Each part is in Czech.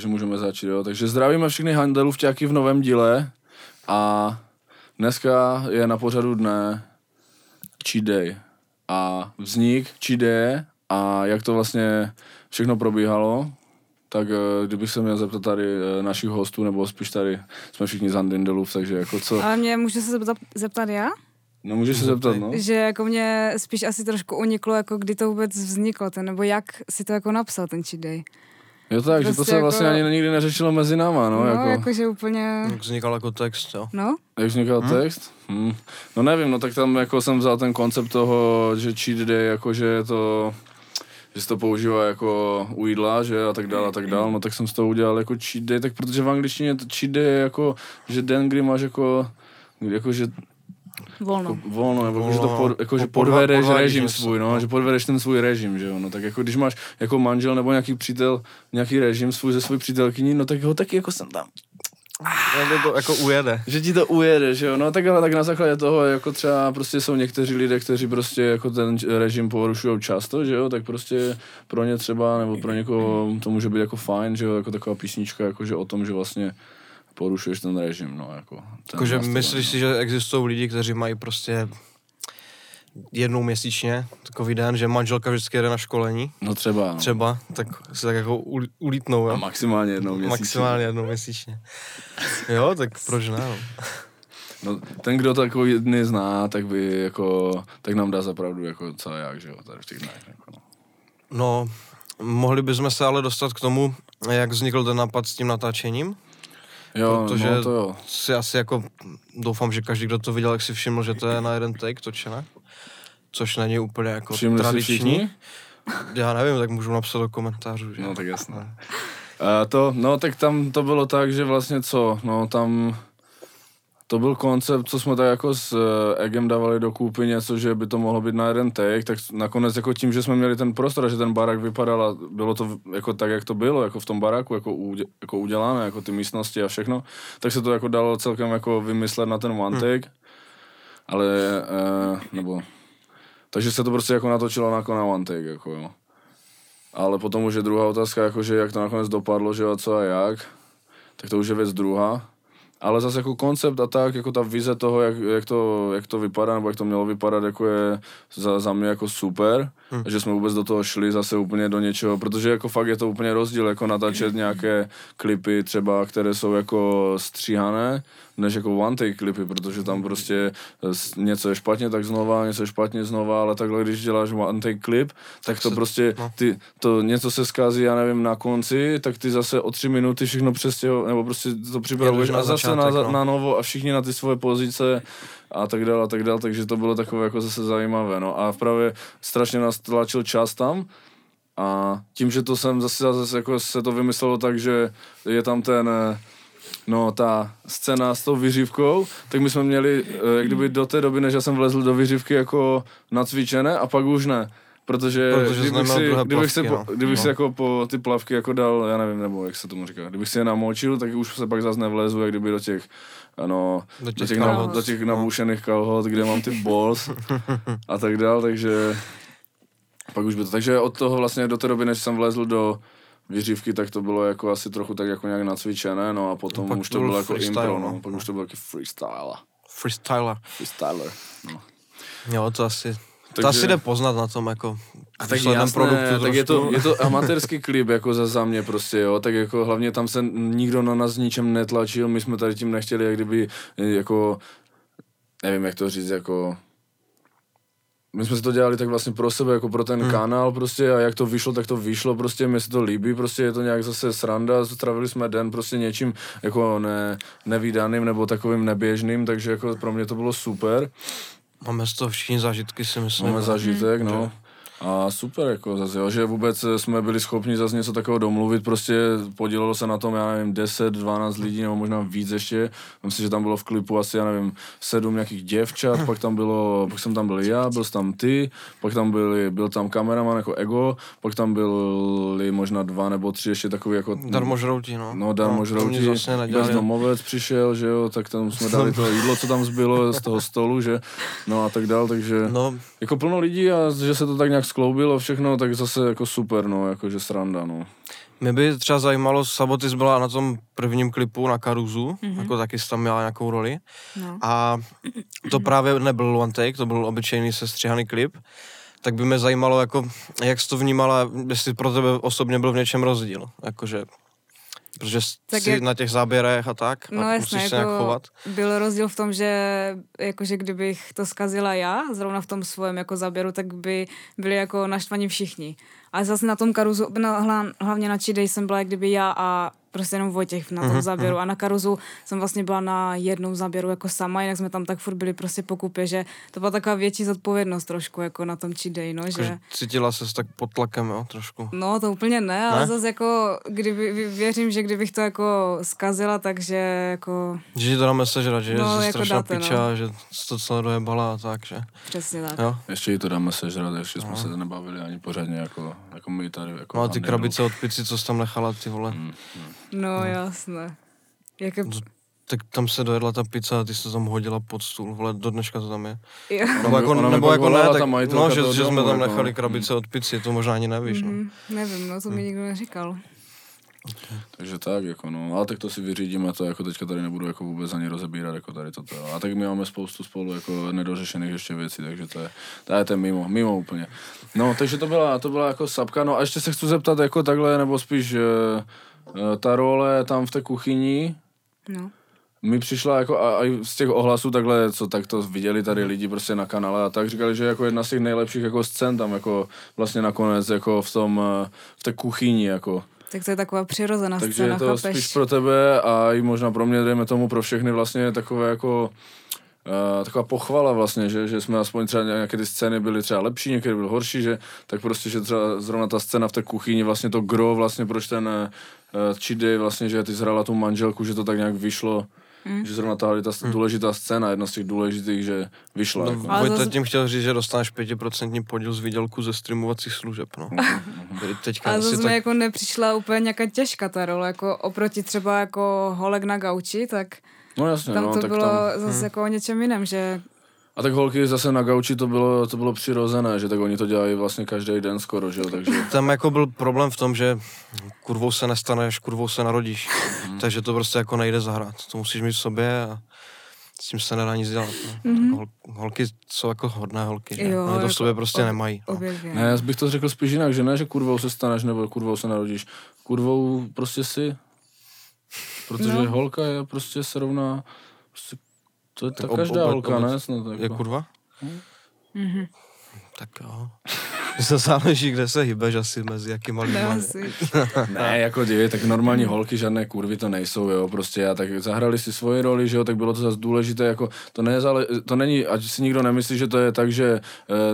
takže můžeme začít, jo. Takže zdravíme všechny handelůvťáky v novém díle a dneska je na pořadu dne cheat day a vznik cheat day a jak to vlastně všechno probíhalo, tak kdybych se měl zeptat tady našich hostů, nebo spíš tady jsme všichni z Handelův, takže jako co... Ale mě můžu se zeptat já? No můžeš se zeptat, no. Že jako mě spíš asi trošku uniklo, jako kdy to vůbec vzniklo, nebo jak si to jako napsal ten cheat day. Jo tak, prostě že to se jako... vlastně ani nikdy neřešilo mezi náma, no. No, jakože úplně... Jak vznikal jako text, jo. No? Jak vznikal text? No nevím, no tak tam jako jsem vzal ten koncept toho, že cheat day, jakože je to... že se to používá jako u jídla, že a tak dál, no tak jsem z toho udělal jako cheat day, tak protože v angličtině to cheat day je jako, že den, kdy máš jakože volno, nebo že podvedeš režim svůj, no, že podvedeš ten svůj režim, že jo, no, tak jako když máš jako manžel nebo nějaký přítel, nějaký režim svůj ze svou přítelkyní, no tak ho taky jako jsem tam. To jako ujede. Že ti to ujede, že jo, no tak ale tak na základě toho, jako třeba prostě jsou někteří lidé, kteří prostě jako ten režim porušujou často, že jo, tak prostě pro ně třeba, nebo pro někoho to může být jako fajn, že jo, jako taková písnička, jakože o tom, že vlastně porušuješ ten režim, no, jako. Jakože myslíš si, že existují lidi, kteří mají prostě jednou měsíčně takový den, že manželka vždycky jede na školení? No třeba, no. Třeba, tak se tak jako ulítnou, jo? A maximálně jednou měsíčně. Maximálně jednou měsíčně. Jo, tak proč ne, no? No, ten, kdo takový dny zná, tak by jako, tak nám dá zapravdu jako co a jak, že jo, tady v těch dnech, jako no. No, mohli bychom se ale dostat k tomu, jak vznikl ten nápad s tím natáčením? Jo, protože no to jo. Si asi jako, doufám, že každý, kdo to viděl, jak si všiml, že to je na jeden take točené, což není úplně jako všimli tradiční. Já nevím, tak můžu napsat do komentářů, že? No tak jasné. No tak tam to bylo tak, že vlastně tam to byl koncept, co jsme tak jako s Egem dávali do kůpy něco, že by to mohlo být na jeden take, tak nakonec jako tím, že jsme měli ten prostor, že ten barák vypadal a bylo to jako tak, jak to bylo, jako v tom baráku, jako udělané, jako ty místnosti a všechno, tak se to jako dalo celkem jako vymyslet na ten one take, ale, takže se to prostě jako natočilo jako na one take, jako jo. Ale potom už je druhá otázka, jako že jak to nakonec dopadlo, že a co a jak, tak to už je věc druhá. Ale zase jako koncept a tak, jako ta vize toho, jak to vypadá, nebo jak to mělo vypadat, jako je za mě jako super, že jsme vůbec do toho šli zase úplně do něčeho, protože jako fakt je to úplně rozdíl, jako natáčet nějaké klipy třeba, které jsou jako stříhané, než jako one take klipy, protože tam prostě něco je špatně, tak znova, něco je špatně znova, ale takhle, když děláš one take klip, tak to prostě, to něco se zkazí, já nevím, na konci, tak ty zase o 3 minuty všechno přestěho, nebo prostě to připravuješ a zase na novo a všichni na ty svoje pozice a tak dále, takže to bylo takové jako zase zajímavé, no a právě strašně nás tlačil čas tam a tím, že to jsem zase jako se to vymyslelo tak, že je tam ta scéna s tou vyřívkou, tak my jsme měli, jak kdyby do té doby, než já jsem vlezl do vyřívky jako nacvičené a pak už ne. Protože kdybych si jako po ty plavky jako dal, já nevím, nebo jak se tomu říká, kdybych si je namočil, tak už se pak zase nevlezu, jak kdyby do těch nabušených kalhot, kde mám ty balls a tak dál, takže pak už by to. Takže od toho vlastně do té doby, než jsem vlezl do vyřívky, tak to bylo jako asi trochu tak jako nějak nacvičené, no a potom už to bylo jako impro, no, pak už to bylo jako freestyler, no. Jo, to asi... Takže... To asi jde poznat na tom, jako... A tak jasné, tak je to amatérský klip, jako za mě prostě, jo, tak jako hlavně tam se nikdo na nás ničem netlačil, my jsme tady tím nechtěli, jak kdyby, jako, nevím, jak to říct, jako... My jsme si to dělali tak vlastně pro sebe, jako pro ten kanál prostě a jak to vyšlo, tak to vyšlo prostě, mně se to líbí, prostě je to nějak zase sranda, strávili jsme den prostě něčím jako nevídaným nebo takovým neběžným, takže jako pro mě to bylo super. Máme z toho všichni zážitky, si myslím. Máme zážitek, no. A super, jako zase, jo, že vůbec jsme byli schopni zase něco takového domluvit, prostě podílelo se na tom, já nevím, 10, 12 lidí, nebo možná víc ještě. Myslím, že tam bylo v klipu asi, já nevím, 7 nějakých děvčat, pak jsem tam byl já, byl tam ty, pak tam byl tam kameraman jako Ego, pak tam byli možná 2 nebo 3 ještě takový jako... Darmožrouti, no. No, darmožrouti, bezdomovec přišel, že jo, tak tam jsme dali to jídlo, co tam zbylo z toho stolu, že, no a tak dál, takže jako plno lidí a že se to tak nějak skloubilo všechno, tak zase jako super, no, jakože sranda, no. Mě by třeba zajímalo, Sabotis byla na tom prvním klipu na Karuzu, jako taky jsi tam měla nějakou roli. No. A to právě nebyl one take, to byl obyčejný sestříhaný klip. Tak by mě zajímalo, jako, jak jsi to vnímala, jestli pro tebe osobně byl v něčem rozdíl. Jakože, protože tak jsi jak... na těch záběrech a tak, No a jasně, musíš se nějak chovat. byl rozdíl v tom, že jakože kdybych to zkazila já, zrovna v tom svém jako záběru, tak by byli jako naštvaní všichni. Ale zase na tom Karuzu, hlavně na Cheat Day jsem byla jak kdyby já a prostě jenom Vojtěch na tom záběru. A na Karuzu jsem vlastně byla na jednom záběru jako sama, jinak jsme tam tak furt byli prostě po kupě, že to byla taková větší zodpovědnost trošku jako na tom Cheat Day, no, že... Cítila ses tak pod tlakem, jo, trošku. No, to úplně ne, ale zase jako, věřím, že kdybych to jako zkazila, takže jako... Že ti to dáme sežrat, že no, jsi jako strašná dáte, piča, no. že jsi to celé dojebala a tak, že... Přesně tak. Jo? Ještě jí to dáme sežrat, ještě jsme se nebavili ani pořádně jako my tady. Jako no a ty krabice od pici, co jsi tam nechala, ty vole. No, jasné. Jaké... Tak tam se dojedla ta pizza a ty jsi to tam hodila pod stůl, vole, do dneška to tam je. Jo. Nebo jako ne, tak, no, že jsme tam jako, nechali krabice od pici, to možná ani nevíš, no. Nevím, no, to mi nikdo neříkal. Okay. Takže tak, jako no, ale tak to si vyřídíme, to jako teďka tady nebudu jako vůbec ani rozebírat, jako tady toto. A tak my máme spoustu spolu jako nedořešených ještě věcí, takže to je mimo úplně. No, takže to byla jako sapka, no a ještě se chci zeptat jako takhle, nebo spíš ta role tam v té kuchyni, no. Mi přišla jako a z těch ohlasů takhle, co tak to viděli tady lidi prostě na kanále a tak říkali, že jako jedna z těch nejlepších jako scén tam jako vlastně nakonec jako v té kuchyni jako. Tak to je taková přirozená takže scéna, takže je to chápeš? spíš pro tebe a i možná pro mě, dejme tomu pro všechny vlastně takové jako taková pochvala vlastně, že jsme aspoň třeba nějaké ty scény byly třeba lepší, někdy byly horší, že tak prostě, že třeba zrovna ta scéna v té kuchyni, vlastně to gro, vlastně proč ten Cheat Day vlastně, že ty zhrala tu manželku, že to tak nějak vyšlo, že zrovna ta důležitá scéna, jedna z těch důležitých, že vyšla. No, jako. Vojta tím chtěl říct, že dostaneš 5% podíl z výdělku ze streamovacích služeb, no. Ale zase mi jako nepřišla úplně nějaká těžká ta role, jako oproti třeba jako Holek na gauči, tak no jasně, tam no, to tak bylo tam, zase jako o něčem jiném, že... A tak holky zase na gauči to bylo přirozené, že tak oni to dělají vlastně každý den skoro, že jo, takže... Tam jako byl problém v tom, že kurvou se nestaneš, kurvou se narodíš, takže to prostě jako nejde zahrát, to musíš mít v sobě a s tím se nedá nic dělat, no. Holky jsou jako hodné holky, že? Jo, Oni to v jako sobě prostě nemají. No. Ne, já bych to řekl spíš jinak, že ne, že kurvou se staneš nebo kurvou se narodíš, kurvou prostě si, protože holka je prostě se rovná, prostě, to je tak každá holka, ne? Snad, jako. Je kurva? Tak jo. To záleží, kde se hýbeš asi mezi jakýma lidma. Ne, jako dívej, tak normální holky, žádné kurvy to nejsou, jo, prostě já tak zahrali si svoje roli, že jo, tak bylo to zase důležité, jako to není, ať si nikdo nemyslí, že to je tak, že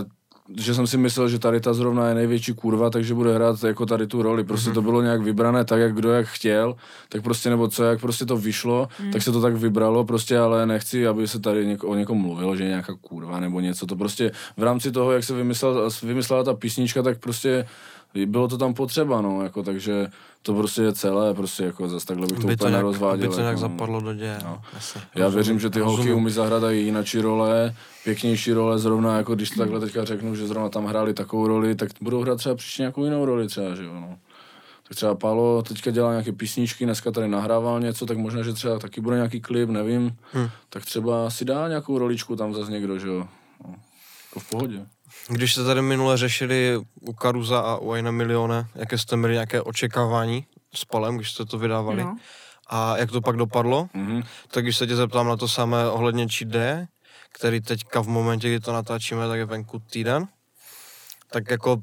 jsem si myslel, že tady ta zrovna je největší kurva, takže bude hrát jako tady tu roli. Prostě to bylo nějak vybrané tak, jak kdo jak chtěl, tak prostě nebo co, jak prostě to vyšlo, tak se to tak vybralo prostě, ale nechci, aby se tady o někom mluvilo, že je nějaká kurva nebo něco. To prostě v rámci toho, jak se vymyslela ta písnička, tak prostě bylo to tam potřeba, no, jako, takže to prostě je celé, prostě jako zase takhle bych to úplně nerozváděl. By to nějak jako, zapadlo do děje. No. Já věřím, že ty holky umí zahrát i jináčí role, pěknější role, zrovna jako když to takhle teďka řeknu, že zrovna tam hráli takovou roli, tak budou hrát třeba příště nějakou jinou roli třeba, že jo, no. Tak třeba Pálo teďka dělá nějaké písničky, dneska tady nahrával něco, tak možná, že třeba taky bude nějaký klip, nevím, tak třeba si dá nějakou roličku tam zase někdo, že jo, no. Jako v pohodě. Když jste tady minule řešili u Karuza a u Aina Milione, jaké jste měli nějaké očekávání s Palem, když jste to vydávali, a jak to pak dopadlo, tak když se tě zeptám na to samé ohledně Cheat Day, který teďka v momentě, kdy to natáčíme, tak je venku týden, tak jako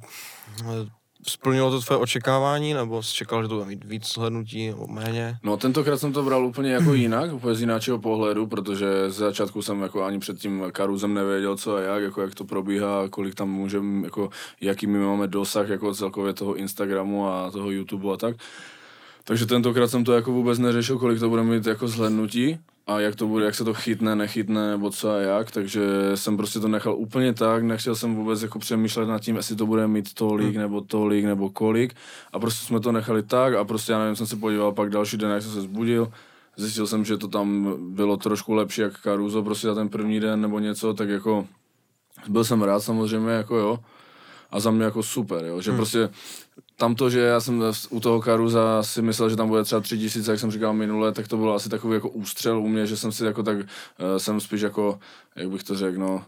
splnilo to tvoje očekávání, nebo jsi čekal, že to bude mít víc hlednutí nebo méně? No tentokrát jsem to bral úplně jako jinak, úplně z jináčího pohledu, protože z začátku jsem jako ani před tím Karuzem nevěděl co a jak to probíhá, kolik tam můžeme, jako jaký my máme dosah jako celkově toho Instagramu a toho YouTube a tak. Takže tentokrát jsem to jako vůbec neřešil, kolik to bude mít jako zhlédnutí a jak to bude, jak se to chytne, nechytne nebo co a jak, takže jsem prostě to nechal úplně tak, nechtěl jsem vůbec jako přemýšlet nad tím, jestli to bude mít tolik nebo kolik a prostě jsme to nechali tak a prostě já nevím, jsem se podíval pak další den, jak jsem se zbudil, zjistil jsem, že to tam bylo trošku lepší jak Caruso prostě za ten první den nebo něco, tak jako byl jsem rád samozřejmě, jako jo. A za mě jako super, jo, že prostě tam to, že já jsem u toho Karuza si myslel, že tam bude třeba 3000, jak jsem říkal minule, tak to bylo asi takový jako ústřel u mě, že jsem si jako tak, jsem spíš jako, jak bych to řekl, no,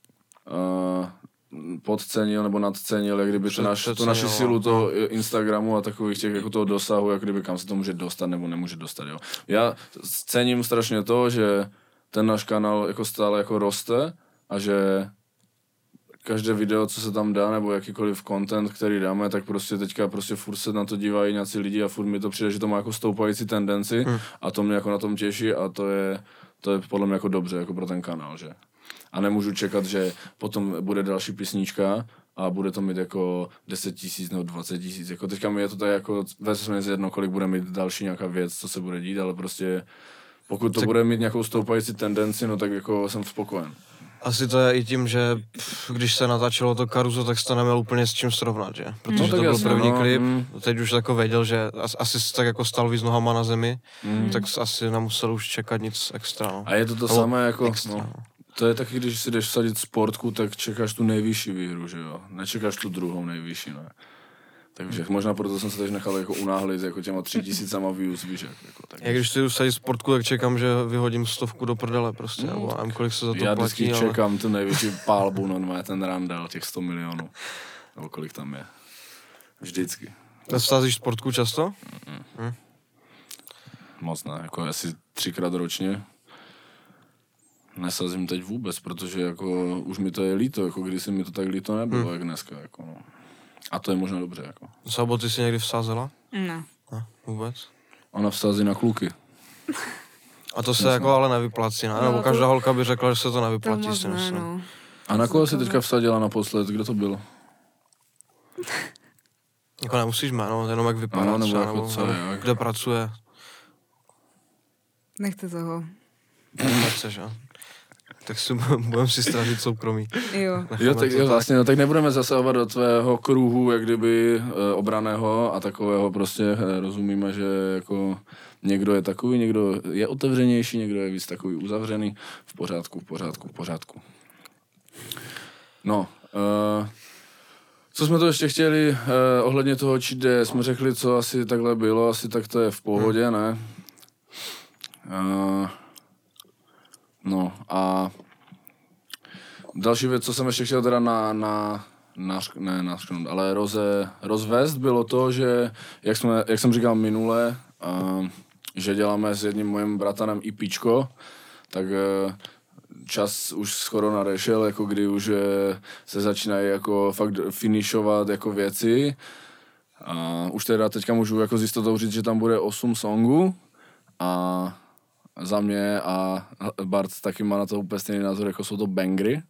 podcenil nebo nadcenil, jak kdyby tu naši sílu toho Instagramu a takových těch jako toho dosahu, jak kdyby kam se to může dostat nebo nemůže dostat, jo. Já cením strašně to, že ten náš kanál jako stále jako roste a že každé video, co se tam dá, nebo jakýkoliv content, který dáme, tak prostě teďka prostě furt se na to dívají nějací lidi a furt mi to přijde, že to má jako stoupající tendenci a to mě jako na tom těší a to je podle mě jako dobře, jako pro ten kanál, že. A nemůžu čekat, že potom bude další písnička a bude to mít jako 10 000 nebo 20 000, jako teďka mi je to tak jako vezme si jedno, kolik bude mít další nějaká věc, co se bude dít, ale prostě pokud to bude mít nějakou stoupající tendenci, no tak jako jsem spokojen. Asi to je i tím, že když se natáčelo to Karuzo, tak jsi to neměl úplně s čím srovnat, že? Protože to byl první klip, teď už jako věděl, že asi jsi tak jako stal víc nohama na zemi, tak jsi asi nemusel už čekat nic extra. No. A je to samé jako, extra, no. To je taky, když si jdeš vsadit sportku, tak čekáš tu nejvyšší výhru, že jo? Nečekáš tu druhou nejvyšší, ne? Takže možná proto jsem se teď nechal jako unáhlit jako těma 3000 views, víš, jako tak. Já když si jdu vsadit sportku, tak čekám, že vyhodím 100 do prdele prostě, nebo nevím, kolik se za to já platí. Já vždycky čekám tu největší pálbu, no, ten randel, těch 100 milionů, nebo kolik tam je. Vždycky. Tak sázíš sportku často? Moc ne, jako asi 3krát ročně. Nesazím teď vůbec, protože jako už mi to je líto, jako kdysi mi to tak líto nebylo, jak dneska, jako no. A to je možná dobře, jako. Sabo, ty jsi někdy vsázela? Ne. Vůbec? Ona vsází na kluky. A to se jako ale nevyplácí, ne? Nebo každá holka by řekla, že se to nevyplatí. To si myslím. No. A na koho jsi teďka vsadila naposled? Kdo to byl? Jako nemusíš jméno, jenom jak vypadá, ano, nebo třeba, jako nebo co, jak? kde pracuje. Nechte toho. Nechceš, jo? Tak si budeme si strážit soukromí. Jo, tak jo, vlastně, no, tak nebudeme zasahovat do tvého kruhu, jak kdyby obraného a takového prostě rozumíme, že jako někdo je takový, někdo je otevřenější, někdo je víc takový uzavřený. V pořádku. No, co jsme to ještě chtěli ohledně toho cheat day, jsme řekli, co asi takhle bylo, asi tak to je v pohodě, ne? No a další věc, co jsem ještě chtěl teda ale rozvést, bylo to, že jak jsem říkal minule, že děláme s jedním mojím bratanem IPčko, tak čas už skoro nadešel, jako kdy už se začínají jako fakt finišovat jako věci. A už teda teďka můžu jako s jistotou říct, že tam bude 8 songů a za mě a Bart taky má na to úplně stejný názor, jako jsou to bangry.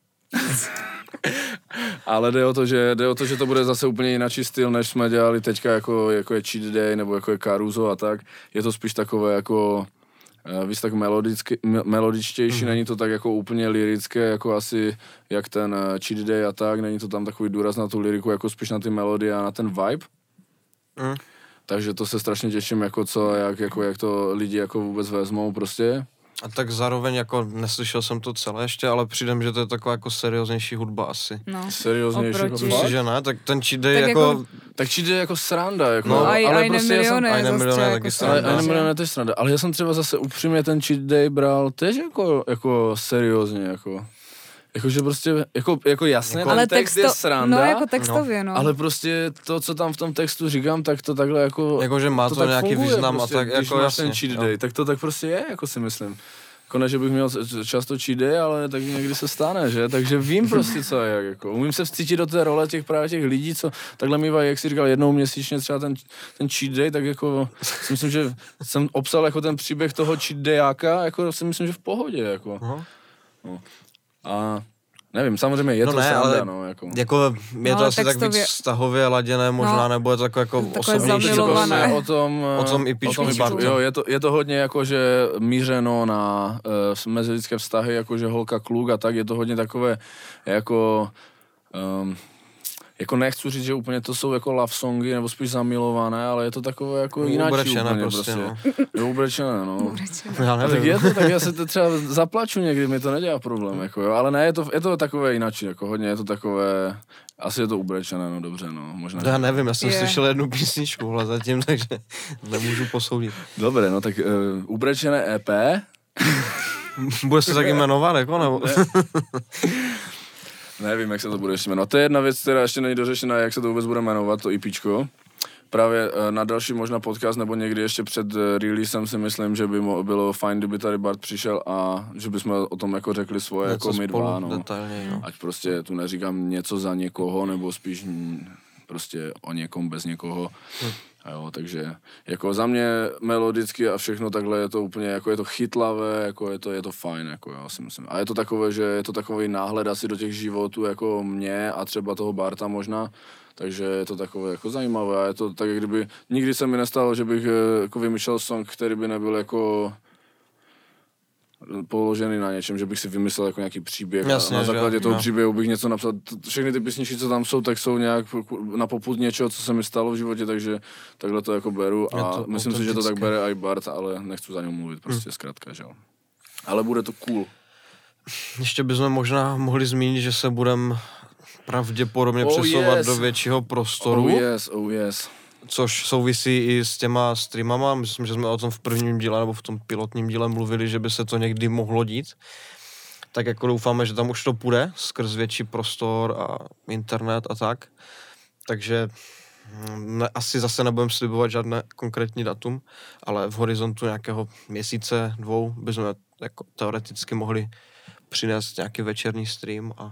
Ale jde o to, že to bude zase úplně jináčí styl, než jsme dělali teďka, jako je Cheat Day, nebo jako je Caruso a tak. Je to spíš takové jako víc tak melodičtější, není to tak jako úplně lyrické, jako asi jak ten Cheat Day a tak, není to tam takový důraz na tu lyriku, jako spíš na ty melodie a na ten vibe. Takže to se strašně těším, jako co, jak to lidi jako vůbec vezmou prostě. A tak zároveň jako neslyšel jsem to celé ještě, ale přijde, že to je taková jako serióznější hudba asi. No. Serióznější hudba? Myslíš, že ne? Tak ten Cheat Day jako... Tak Cheat Day jako sranda, jako. No, ale prostě já jsem... Aj Nemilioné taky sranda. Aj Nemilioné tež sranda, ale já jsem třeba zase upřímně ten Cheat Day bral tež jako seriózně, jako. Jakože prostě, jako jasně, ale ten text je sranda. No, jako textově, no. Ale prostě to, co tam v tom textu říkám, tak to takhle jako... Jakože má to nějaký funguje, význam prostě, a tak když jako máš jasně. ten cheat day, tak to tak prostě je, jako si myslím. Jako ne, že bych měl často cheat day, ale tak někdy se stane, že? Takže vím prostě, co je, jako. Umím se vcítit do té role těch lidí, co takhle mývají, jak jsi říkal, jednou měsíčně třeba ten cheat day, tak jako si myslím, že jsem obsal jako ten příběh toho cheat dayáka, jako si myslím, že v pohodě, jako. No. A nevím, samozřejmě je to sranda, no, jako. Jako je to asi textově... tak víc vztahově laděné, možná, nebo je to jako osobnější. Zamilované. O tom i píčku. Jo, je to hodně jako, že mířeno na mezilidské vztahy, jako že holka kluk a tak, je to hodně takové jako... jako nechci říct, že úplně to jsou jako love songy, nebo spíš zamilované, ale je to takové jako jináčí úplně prostě. No. Ubrečené, no. Já nevím. Tak je to, tak já se to třeba zaplaču někdy, mi to nedělá problém, jako jo, ale ne, je to takové jináčí, jako hodně je to takové, asi je to ubrečené, no dobře, no, možná. Já nevím, já jsem slyšel jednu písničku zatím, takže nemůžu posoudit. Dobré, no tak ubrečené EP. Bude se tak jmenovat, jako, nebo? Nevím, jak se to bude ještě jmenovat. To je jedna věc, která ještě není dořešená, jak se to vůbec bude jmenovat, to EPčko. Právě na další možná podcast, nebo někdy ještě před releasem si myslím, že by bylo fajn, kdyby tady Bart přišel a že bychom o tom jako řekli svoje, něco jako my dva, no. Detailně, no. Ať prostě tu neříkám něco za někoho, nebo spíš prostě o někom bez někoho. A jo, takže jako za mě melodicky a všechno takhle je to úplně, jako je to chytlavé, jako je to fajn, jako já si myslím. A je to takové, že je to takový náhled asi do těch životů jako mě a třeba toho Barta možná, takže je to takové jako zajímavé a je to tak, jak kdyby, nikdy se mi nestalo, že bych jako vymýšlel song, který by nebyl jako položený na něčem, že bych si vymyslel jako nějaký příběh. Jasně, a na základě toho no. příběhu bych něco napsal. Všechny ty písničky, co tam jsou, tak jsou nějak na popud něčeho, co se mi stalo v životě, takže takhle to jako beru a myslím si, že to tak bere i Bart, ale nechci za něm mluvit, prostě zkrátka, že jo. Ale bude to cool. Ještě bychom možná mohli zmínit, že se budeme pravděpodobně přesouvat do většího prostoru. Oh yes. Což souvisí i s těma streamama. Myslím, že jsme o tom v prvním díle nebo v tom pilotním díle mluvili, že by se to někdy mohlo dít. Tak jako doufáme, že tam už to půjde skrz větší prostor a internet a tak. Takže asi zase nebudeme slibovat žádné konkrétní datum, ale v horizontu nějakého měsíce, 2 bychom jako teoreticky mohli přinést nějaký večerní stream a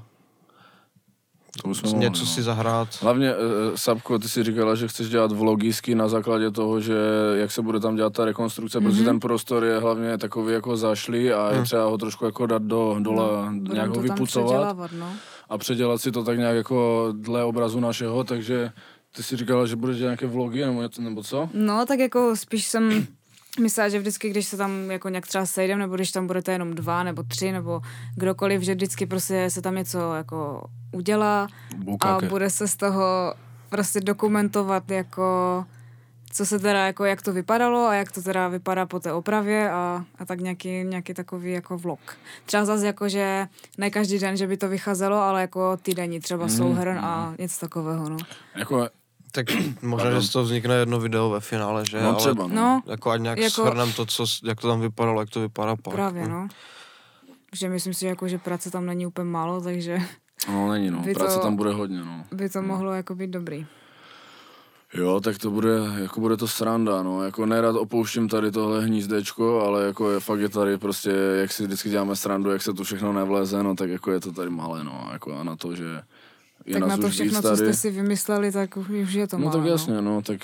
něco si zahrát. Hlavně, Sabko, ty si říkala, že chceš dělat vlogisky na základě toho, že jak se bude tam dělat ta rekonstrukce, protože ten prostor je hlavně takový jako zašlý a je třeba ho trošku jako dát dole, nějak ho vypucovat a předělat si to tak nějak jako dle obrazu našeho, takže ty si říkala, že budeš dělat nějaké vlogy nebo co? No, tak jako spíš jsem myslela, že vždycky, když se tam jako nějak třeba sejdem, nebo když tam budete jenom 2 nebo 3, nebo kdokoliv, že vždycky prostě se tam něco jako udělá a bude se z toho prostě dokumentovat jako co se teda jako, jak to vypadalo a jak to teda vypadá po té opravě a tak nějaký takový jako vlog. Třeba zase jako, že ne každý den, že by to vycházelo, ale jako týdenní třeba souhrn a něco takového, no. Jako tak možná, že z toho vznikne jedno video ve finále, že? No třeba, ale no. Jako ať nějak shrnem to, jak to tam vypadalo, jak to vypadá pak. Právě, no. Že myslím si, jako, že práce tam není úplně málo, takže... No, není, no. Práce tam bude hodně, no. By to mohlo jako být dobrý. Jo, tak to bude to sranda, no. Jako nerad opouštím tady tohle hnízdečko, ale jako fakt je tady prostě, jak si vždycky děláme srandu, jak se tu všechno nevleze, no, tak jako je to tady malé, no. Jako a na to, že tak na to všechno, co jste si vymysleli, tak už je to malé. No tak jasně, no, tak...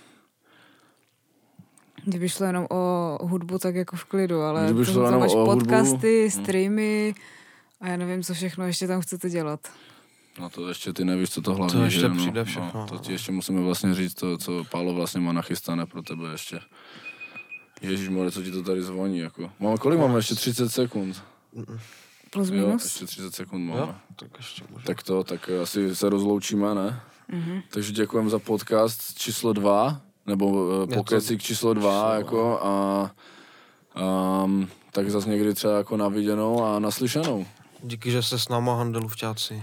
Kdyby šlo jenom o hudbu, tak jako v klidu, ale kdyby šlo jenom máš o podcasty, streamy a já nevím, co všechno ještě tam chcete dělat. No to ještě ty nevíš, co to hlavně to ještě že, přijde všechno. No, to ti ještě musíme vlastně říct, to, co Pálo vlastně má nachystané pro tebe ještě. Ježišmarja, co ti to tady zvoní, jako. Kolik máme? Ještě 30 sekund. Plus minus? Jo, ještě 30 sekund máme. Jo, tak ještě můžeme. Tak asi se rozloučíme, ne? Mm-hmm. Takže děkujeme za podcast číslo 2, nebo pokecík číslo 2, jako a tak zase někdy třeba jako na viděnou a naslyšenou. Díky, že jste s náma handelufťáci.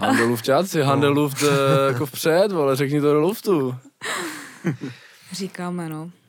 Handeluft jako vpřed, vole, řekni to do luftu. Říkáme, no.